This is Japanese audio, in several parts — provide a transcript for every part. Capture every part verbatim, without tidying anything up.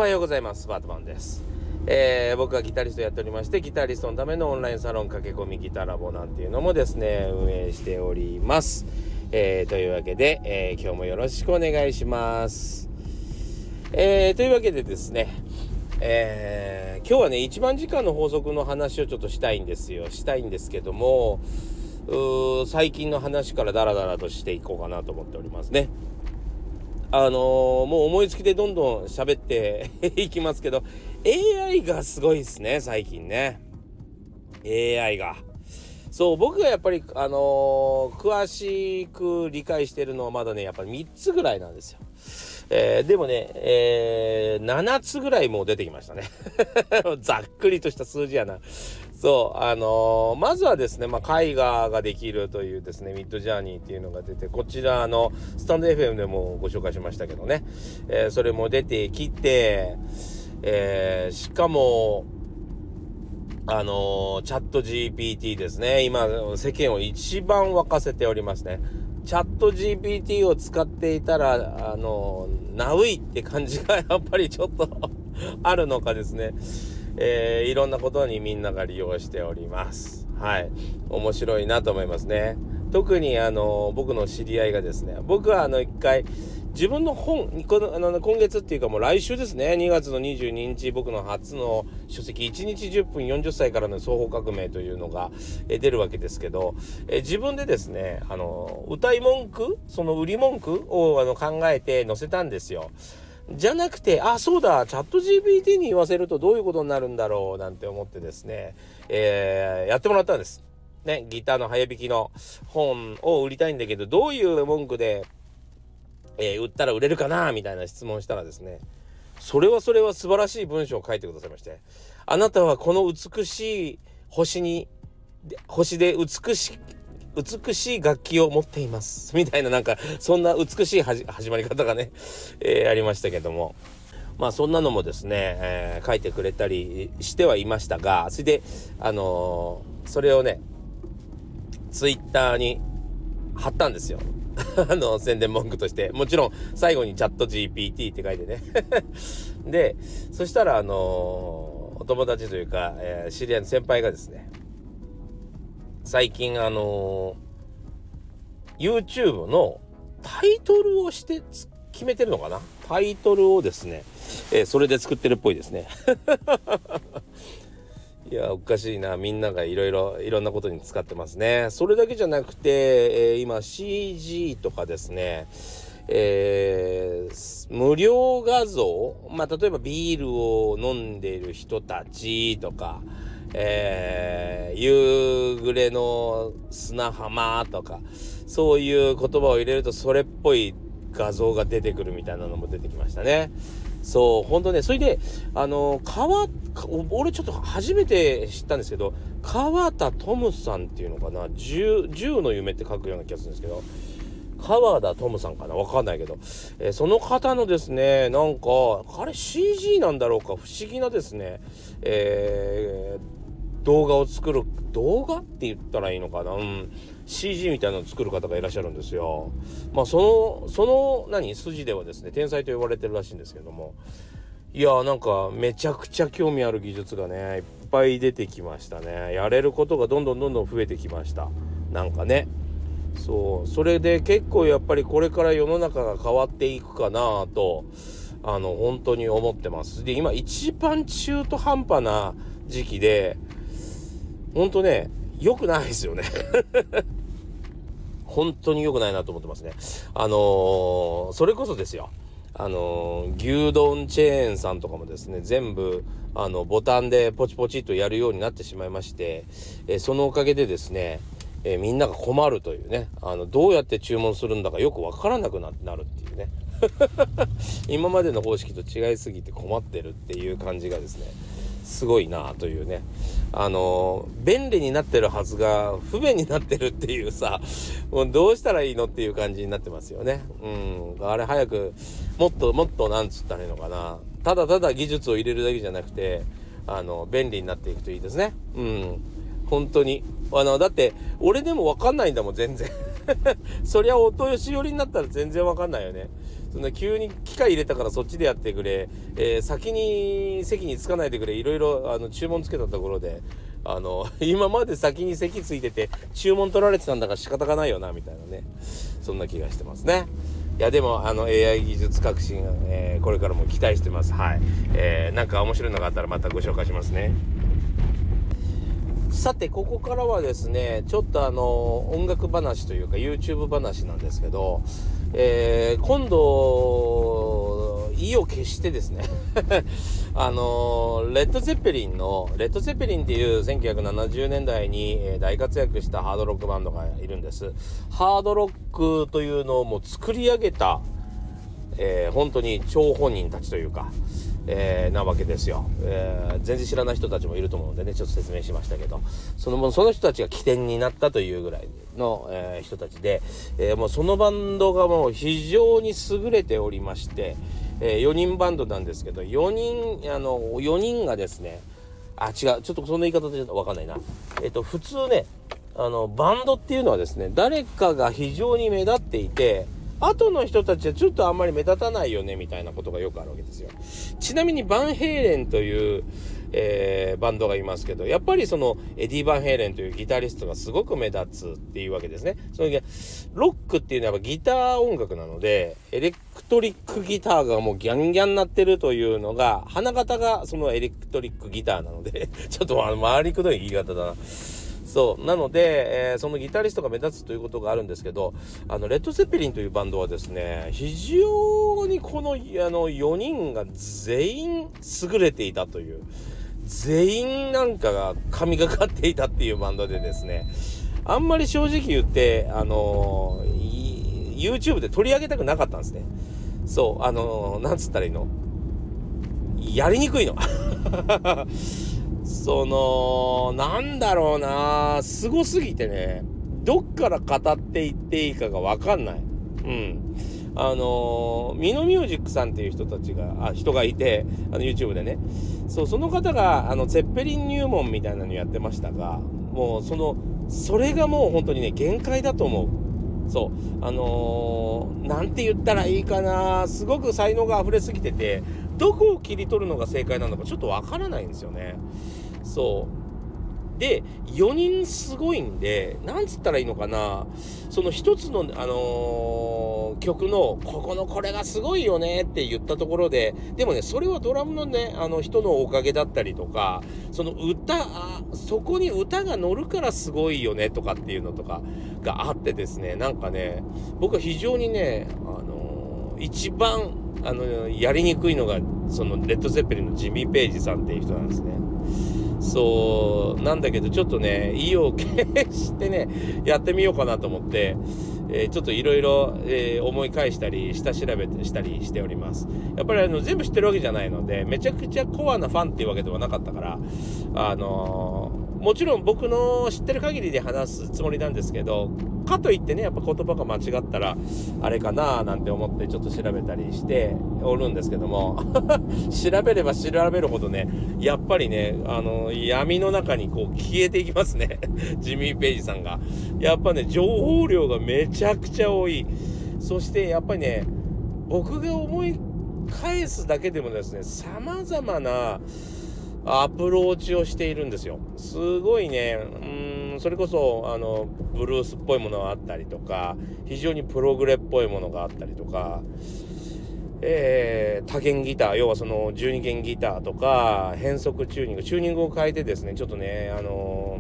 はようございます。バートマンです。えー、僕はギタリストやっておりまして、ギタリストのためのオンラインサロン駆け込みギタラボなんていうのもですね運営しております。えー、というわけで、えー、今日もよろしくお願いします。えー、というわけでですね、えー、今日はねいちまん時間の法則の話をちょっとしたいんですよしたいんですけども、うー最近の話からダラダラとしていこうかなと思っておりますね。あのー、もう思いつきでどんどん喋っていきますけど エーアイ がすごいですね最近ね。 エーアイ がそう僕がやっぱりあのー、詳しく理解してるのはまだねやっぱりみっつぐらいなんですよ。えー、でもね、えー、ななつぐらいもう出てきましたねざっくりとした数字やな。そうあのー、まずはですね、まあ、絵画ができるというですねミッドジャーニーっていうのが出て、こちらのスタンド エフエム でもご紹介しましたけどね、えー、それも出てきて、えー、しかもあのー、チャット ジーピーティー ですね。今世間を一番沸かせておりますね。チャット ジーピーティー を使っていたらあのー、ナウイって感じがやっぱりちょっとあるのかですね、えー、いろんなことにみんなが利用しております。はい、面白いなと思いますね。特にあの僕の知り合いがですね、僕はあの一回自分の本このあの今月っていうかもう来週ですね、にがつのにじゅうににち僕の初の書籍いちにちじゅっぷんよんじゅっさいからの双方革命というのがえ出るわけですけど、え自分でですねあの歌い文句その売り文句をあの考えて載せたんですよ。じゃなくて、あ、そうだ、チャット ジーピーティー に言わせるとどういうことになるんだろうなんて思ってですね、えー、やってもらったんです。ね、ギターの早弾きの本を売りたいんだけど、どういう文句で、えー、売ったら売れるかなみたいな質問したらですね、それはそれは素晴らしい文章を書いてくださいまして、あなたはこの美しい星に、星で美しい美しい楽器を持っていますみたいな、なんかそんな美しい始まり方がね、えー、ありましたけども、まあそんなのもですね、えー、書いてくれたりしてはいましたが、それであのー、それをねツイッターに貼ったんですよあの宣伝文句として、もちろん最後にチャット ジーピーティー って書いてねでそしたらあのー、お友達というか、えー、知り合いの先輩がですね、最近あのー、YouTube のタイトルをして決めてるのかな、タイトルをですね、えー、それで作ってるっぽいですねいやおかしいな、みんながいろいろいろんなことに使ってますね。それだけじゃなくて、えー、今 シージー とかですね、えー、無料画像、まあ例えばビールを飲んでいる人たちとか、えー、夕暮れの砂浜とか、そういう言葉を入れるとそれっぽい画像が出てくるみたいなのも出てきましたね。そう本当ね、それであの川俺ちょっと初めて知ったんですけど、川田トムさんっていうのかな、銃の夢って書くような気がするんですけど、川田トムさんかな、わかんないけど、えー、その方のですね、なんかあれ シージー なんだろうか、不思議なですね、えー動画を作る、動画って言ったらいいのかな、うん、シージー みたいなのを作る方がいらっしゃるんですよ。まあそのその何筋ではですね天才と呼ばれてるらしいんですけども、いやーなんかめちゃくちゃ興味ある技術がねいっぱい出てきましたね。やれることがどんどんどんどん増えてきました。なんかね、そうそれで結構やっぱりこれから世の中が変わっていくかなとあの本当に思ってます。で今一番中途半端な時期で本当ね良くないですよね本当に良くないなと思ってますね。あのー、それこそですよ、あのー、牛丼チェーンさんとかもですね全部あのボタンでポチポチとやるようになってしまいまして、えー、そのおかげでですね、えー、みんなが困るというね、あのどうやって注文するんだかよくわからなくなるっていうね今までの方式と違いすぎて困ってるっていう感じがですねすごいなというね、あの便利になってるはずが不便になってるっていうさ、もうどうしたらいいのっていう感じになってますよね。うん、あれ早くもっともっとなんつったらいいのかな、ただただ技術を入れるだけじゃなくてあの便利になっていくといいですね。うん本当にあのだって俺でも分かんないんだもん全然そりゃお年寄りになったら全然分かんないよね。 そんな急に機械入れたからそっちでやってくれ、えー、先に席に着かないでくれ、いろいろあの注文つけたところで、あの今まで先に席ついてて注文取られてたんだから仕方がないよなみたいなね、そんな気がしてますね。いやでもあの エーアイ 技術革新、えー、これからも期待してます。はい、えー、なんか面白いのがあったらまたご紹介しますね。さてここからはですね、ちょっとあの音楽話というか YouTube 話なんですけど、えー、今度意を決してですねあのレッド・ゼッペリンのレッド・ゼッペリンっていうせんきゅうひゃくななじゅうねんだいに大活躍したハードロックバンドがいるんです。ハードロックというのをもう作り上げた、えー、本当に張本人たちというか、えー、なわけですよ、えー、全然知らない人たちもいると思うんでね、ちょっと説明しましたけど、そのその人たちが起点になったというぐらいの、えー、人たちで、えー、もうそのバンドがもう非常に優れておりまして、えー、よにんバンドなんですけど、よにんあのよにんがですね、あ違うちょっとその言い方で分かんないな、えっと普通ね、あのバンドっていうのはですね、誰かが非常に目立っていて、後の人たちはちょっとあんまり目立たないよねみたいなことがよくあるわけですよ。ちなみにバンヘイレンという、えー、バンドがいますけど、やっぱりそのエディ・バンヘイレンというギタリストがすごく目立つっていうわけですね。そのロックっていうのはやっぱギター音楽なので、エレクトリックギターがもうギャンギャンなってるというのが、花形がそのエレクトリックギターなのでちょっとあの回りくどい言い方だな。そうなので、えー、そのギタリストが目立つということがあるんですけど、あのレッド・ゼッペリンというバンドはですね、非常にこの、あのよにんが全員優れていたという、全員なんかが神がかっていたっていうバンドでですね、あんまり正直言ってあのー、YouTube で取り上げたくなかったんですね。そうあのー、なんつったらいいの、やりにくいのそのなんだろうな、すごすぎてね、どっから語っていっていいかが分かんない。うんあのー、ミノミュージックさんっていう人たちがあ人がいて、あの YouTube でね、そうその方があのゼッペリン入門みたいなのやってましたが、もうそのそれがもう本当にね限界だと思う。そうあのー、なんて言ったらいいかな、すごく才能が溢れすぎてて、どこを切り取るのが正解なのかちょっとわからないんですよね。そうでよにんすごいんで、なんつったらいいのかな、その一つの、あのー、曲のここのこれがすごいよねって言ったところで、でもねそれはドラムのねあの人のおかげだったりとか、その歌あそこに歌が乗るからすごいよねとかっていうのとかがあってですね、なんかね僕は非常にね、あのー、一番あのやりにくいのがそのレッド・ゼッペリンのジミー・ペイジさんっていう人なんですね。そうなんだけど、ちょっとね意を決してねやってみようかなと思って、えー、ちょっといろいろ思い返したり下調べしたりしております。やっぱりあの全部知ってるわけじゃないので、めちゃくちゃコアなファンっていうわけではなかったから、あのー、もちろん僕の知ってる限りで話すつもりなんですけど、かといってねやっぱ言葉が間違ったらあれかななんて思ってちょっと調べたりしておるんですけども調べれば調べるほどねやっぱりねあの闇の中にこう消えていきますねジミー・ペイジさんがやっぱね情報量がめちゃくちゃ多い。そしてやっぱりね僕が思い返すだけでもですね、様々なアプローチをしているんですよ。すごいね、うーんそれこそあのブルースっぽいものがあったりとか、非常にプログレっぽいものがあったりとか、えー、多弦ギター、要はそのじゅうに弦ギターとか変速チューニングチューニングを変えてですね、ちょっとねあの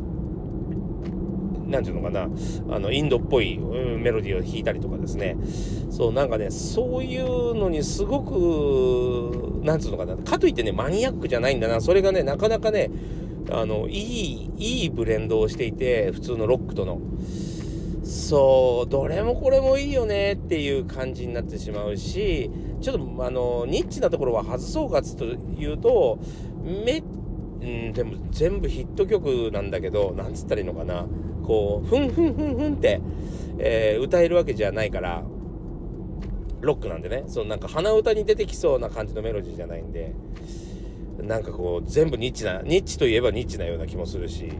なんていうのかな、あのインドっぽい、うん、メロディーを弾いたりとかですね、そうなんかねそういうのにすごくなんつうのかな、かといってねマニアックじゃないんだな、それがねなかなかねあのいいいいブレンドをしていて、普通のロックとのそうどれもこれもいいよねっていう感じになってしまうし、ちょっとあのニッチなところは外そうかつというとめうんでも全部ヒット曲なんだけど、なんつったらいいのかな、こうふんふんふんふんって、えー、歌えるわけじゃないから、ロックなんでね、そのなんか鼻歌に出てきそうな感じのメロディーじゃないんで、 なんかこう全部ニッチなニッチといえばニッチなような気もするし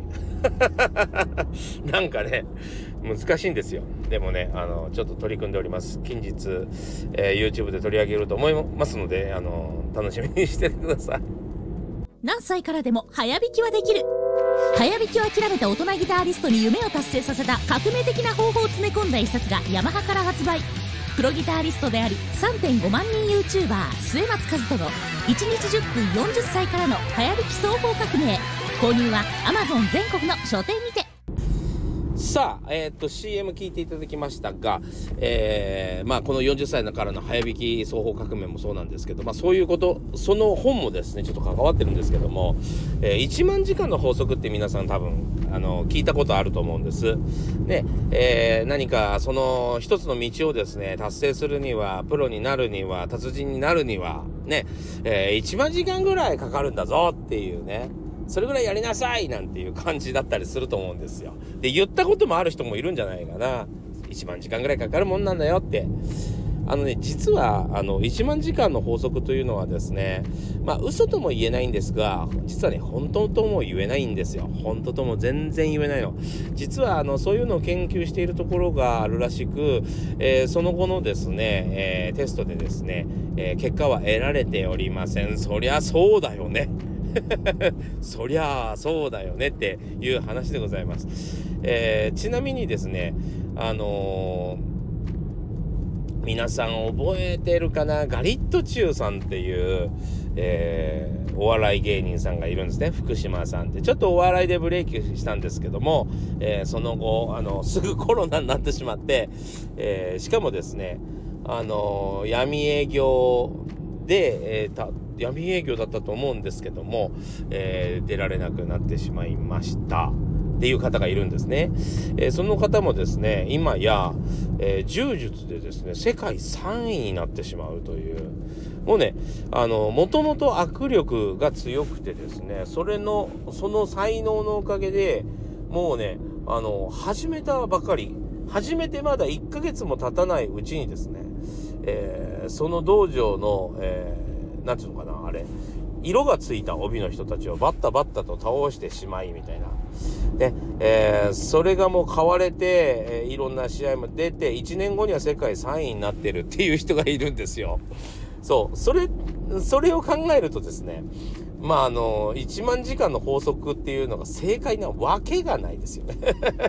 なんかね難しいんですよ。でもねあのちょっと取り組んでおります。近日、えー、YouTube で取り上げると思いますのであの楽しみにしててください。 何歳からでも早弾きはできる。早弾きを諦めた大人ギターリストに夢を達成させた革命的な方法を詰め込んだ一冊がヤマハから発売。プロギタリストであり さんてんご 万人 YouTuber 末松和人のいちにちじゅっぷんよんじゅっさいからの早弾き双方革命。購入は Amazon 全国の書店にて。 さあ、えー、っと シーエム 聞いていただきましたが、えーまあ、このよんじゅっさいからの早弾き双方革命もそうなんですけど、まあ、そういうことその本もですねちょっと関わってるんですけども、えー、いちまんじかんの法則って皆さん多分あの聞いたことあると思うんです、ねえー、何かその一つの道をですね達成するにはプロになるには達人になるにはね、えー、いちまんじかんぐらいかかるんだぞっていうねそれぐらいやりなさいなんていう感じだったりすると思うんですよ。で言ったこともある人もいるんじゃないかな。いちまんじかんぐらいかかるもんなんだよって。あのね実はあのいちまんじかんの法則というのはですねまあ嘘とも言えないんですが実はね本当とも言えないんですよ。本当とも全然言えないの。実はあのそういうのを研究しているところがあるらしく、えー、その後のですね、えー、テストでですね、えー、結果は得られておりません。そりゃそうだよねそりゃあそうだよねっていう話でございます、えー、ちなみにですねあのー、皆さん覚えてるかなガリットチュウさんっていう、えー、お笑い芸人さんがいるんですね。福島さんってちょっとお笑いでブレーキしたんですけども、えー、その後あのすぐコロナになってしまって、えー、しかもですねあのー、闇営業で、えー、た闇営業だったと思うんですけども、えー、出られなくなってしまいましたっていう方がいるんですね、えー、その方もですね今や、えー、柔術でですね世界さんいになってしまうというもうねあのもともと握力が強くてですねそれのその才能のおかげでもうねあの始めたばかり始めてまだいっかげつも経たないうちにですね、えー、その道場の、えーなんていうのかなあれ色がついた帯の人たちをバッタバッタと倒してしまいみたいなで、えー、それがもう買われて、えー、いろんな試合も出ていちねんごには世界さんいになってるっていう人がいるんですよ。そうそれそれを考えるとですねまああのいちまんじかんの法則っていうのが正解なわけがないですよね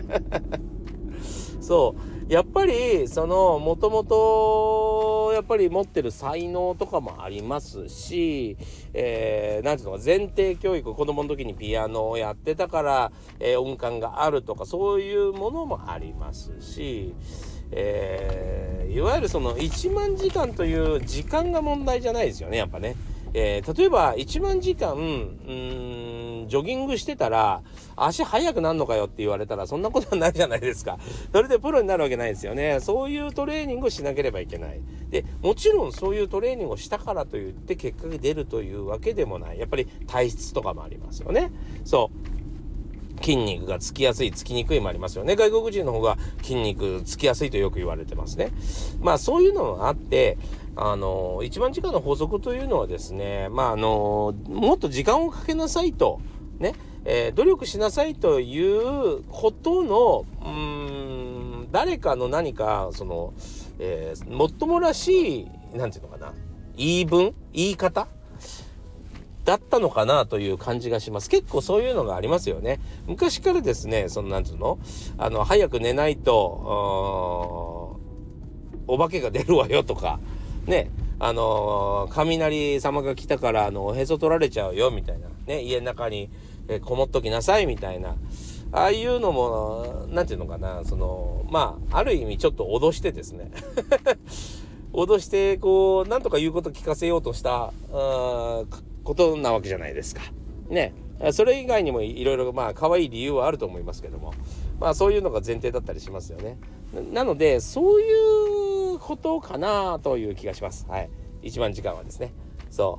そうやっぱりそのもともとやっぱり持ってる才能とかもありますし、えー、なんていうのか前提教育子供の時にピアノをやってたから、えー、音感があるとかそういうものもありますし、えー、いわゆるそのいちまんじかんという時間が問題じゃないですよねやっぱね。えー、例えばいちまんじかんうーんジョギングしてたら足速くなるのかよって言われたらそんなことはないじゃないですか。それでプロになるわけないですよね。そういうトレーニングをしなければいけない。でもちろんそういうトレーニングをしたからといって結果が出るというわけでもない。やっぱり体質とかもありますよね。そう筋肉がつきやすいつきにくいもありますよね。外国人の方が筋肉つきやすいとよく言われてますね。まあそういうのもあってあのいちまんじかんの法則というのはですねまああのもっと時間をかけなさいとね、えー、努力しなさいということのうーん誰かの何かその、えー、もっともらしいなんていうのかな言い分言い方だったのかなという感じがします。結構そういうのがありますよね。昔からですねそのなんていうのあの早く寝ないとお化けが出るわよとかねあのー、雷様が来たからあのおへそ取られちゃうよみたいなね家の中に、えー、こもっときなさいみたいなああいうのもなんていうのかなそのまあある意味ちょっと脅してですね脅してこうなんとか言うこと聞かせようとしたことなわけじゃないですかね。それ以外にもいろいろまあ可愛い理由はあると思いますけどもまあそういうのが前提だったりしますよね。なのでそういうことかなという気がします。はい、いちまんじかんはですねそう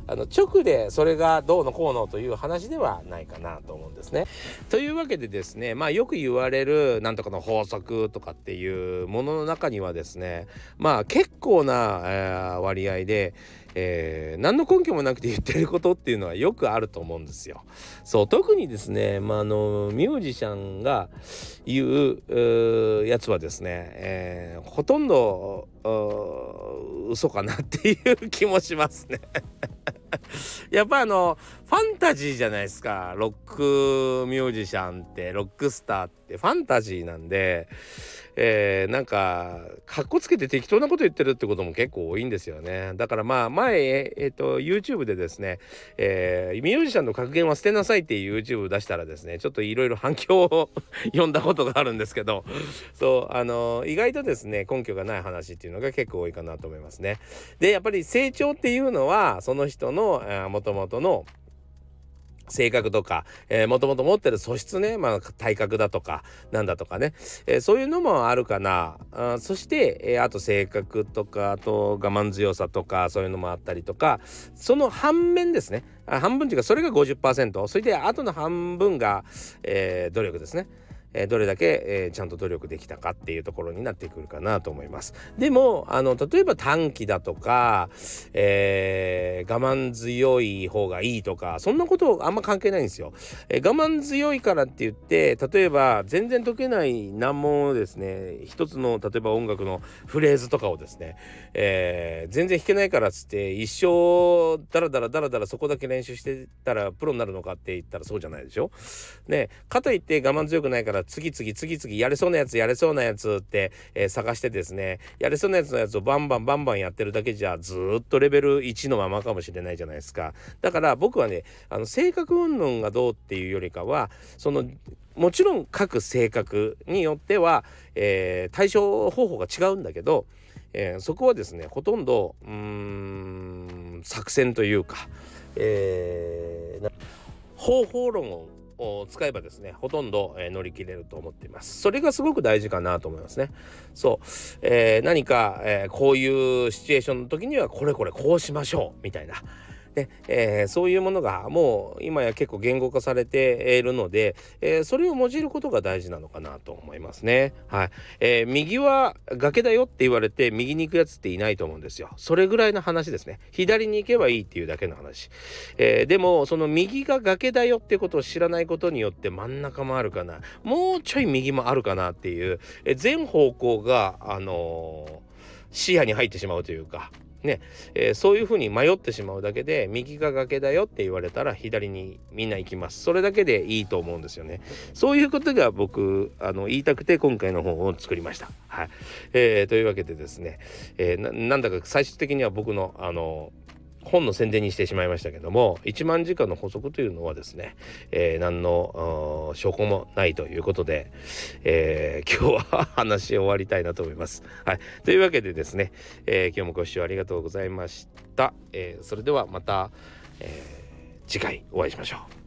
あの直でそれがどうのこうのという話ではないかなと思うんですね。というわけでですね、まあよく言われるなんとかの法則とかっていうものの中にはですね、まあ結構な、えー、割合で、えー、何の根拠もなくて言ってることっていうのはよくあると思うんですよ。そう、特にですね、まあ、あのミュージシャンが言う、うやつはですね、えー、ほとんど嘘かなっていう気もしますねやっぱあのファンタジーじゃないですか。ロックミュージシャンってロックスターってファンタジーなんで、えー、なんかかっこつけて適当なこと言ってるってことも結構多いんですよね。だからまあ前、えー、と YouTube でですね、えー、ミュージシャンの格言は捨てなさいっていう YouTube 出したらですね、ちょっといろいろ反響を読んだことがあるんですけど、そうあの意外とですね根拠がない話っていうのが結構多いかなと思いますね。でやっぱり成長っていうのはその人のもともとの性格とか、えー、もともと持ってる素質ね、まあ、体格だとかなんだとかね、えー、そういうのもあるかな。あそして、えー、あと性格とか、あと我慢強さとかそういうのもあったりとか、その反面ですね、あ半分っていうかそれが ごじゅっパーセント、 それであとの半分が、えー、努力ですね。えー、どれだけ、えー、ちゃんと努力できたかっていうところになってくるかなと思います。でもあの例えば短期だとか、えー、我慢強い方がいいとかそんなことあんま関係ないんですよ。えー、我慢強いからって言って例えば全然解けない難問をですね、一つの例えば音楽のフレーズとかをですね、えー、全然弾けないからっつって一生ダラダラダラダラそこだけ練習してたらプロになるのかって言ったらそうじゃないでしょ。ね、かといって我慢強くないから次々次々やれそうなやつやれそうなやつって、えー、探してですね、やれそうなやつのやつをバンバンバンバンやってるだけじゃずっとレベルいちのままかもしれないじゃないですか。だから僕はね、あの性格云々がどうっていうよりかは、そのもちろん各性格によっては、えー、対処方法が違うんだけど、えー、そこはですねほとんどうーん作戦というか、えー、方法論をを使えばですねほとんど、えー、乗り切れると思っています。それがすごく大事かなと思いますね。そう、えー、何か、えー、こういうシチュエーションの時にはこれこれこうしましょうみたいなね、えー、そういうものがもう今や結構言語化されているので、えー、それを用いることが大事なのかなと思いますね。はい、えー、右は崖だよって言われて右に行くやつっていないと思うんですよ。それぐらいの話ですね。左に行けばいいっていうだけの話、えー、でもその右が崖だよってことを知らないことによって真ん中もあるかな、もうちょい右もあるかなっていう、えー、全方向が、あのー、視野に入ってしまうというかね、えー、そういうふうに迷ってしまうだけで右が崖だよって言われたら左にみんな行きます。それだけでいいと思うんですよね。そういうことが僕あの言いたくて今回の本を作りました。はい、えー、というわけでですね、えー、な, なんだか最終的には僕のあの本の宣伝にしてしまいましたけども、いちまんじかんの法則というのはですね、えー、何の証拠もないということで、えー、今日は話を終わりたいなと思います。はい、というわけでですね、えー、今日もご視聴ありがとうございました。えー、それではまた、えー、次回お会いしましょう。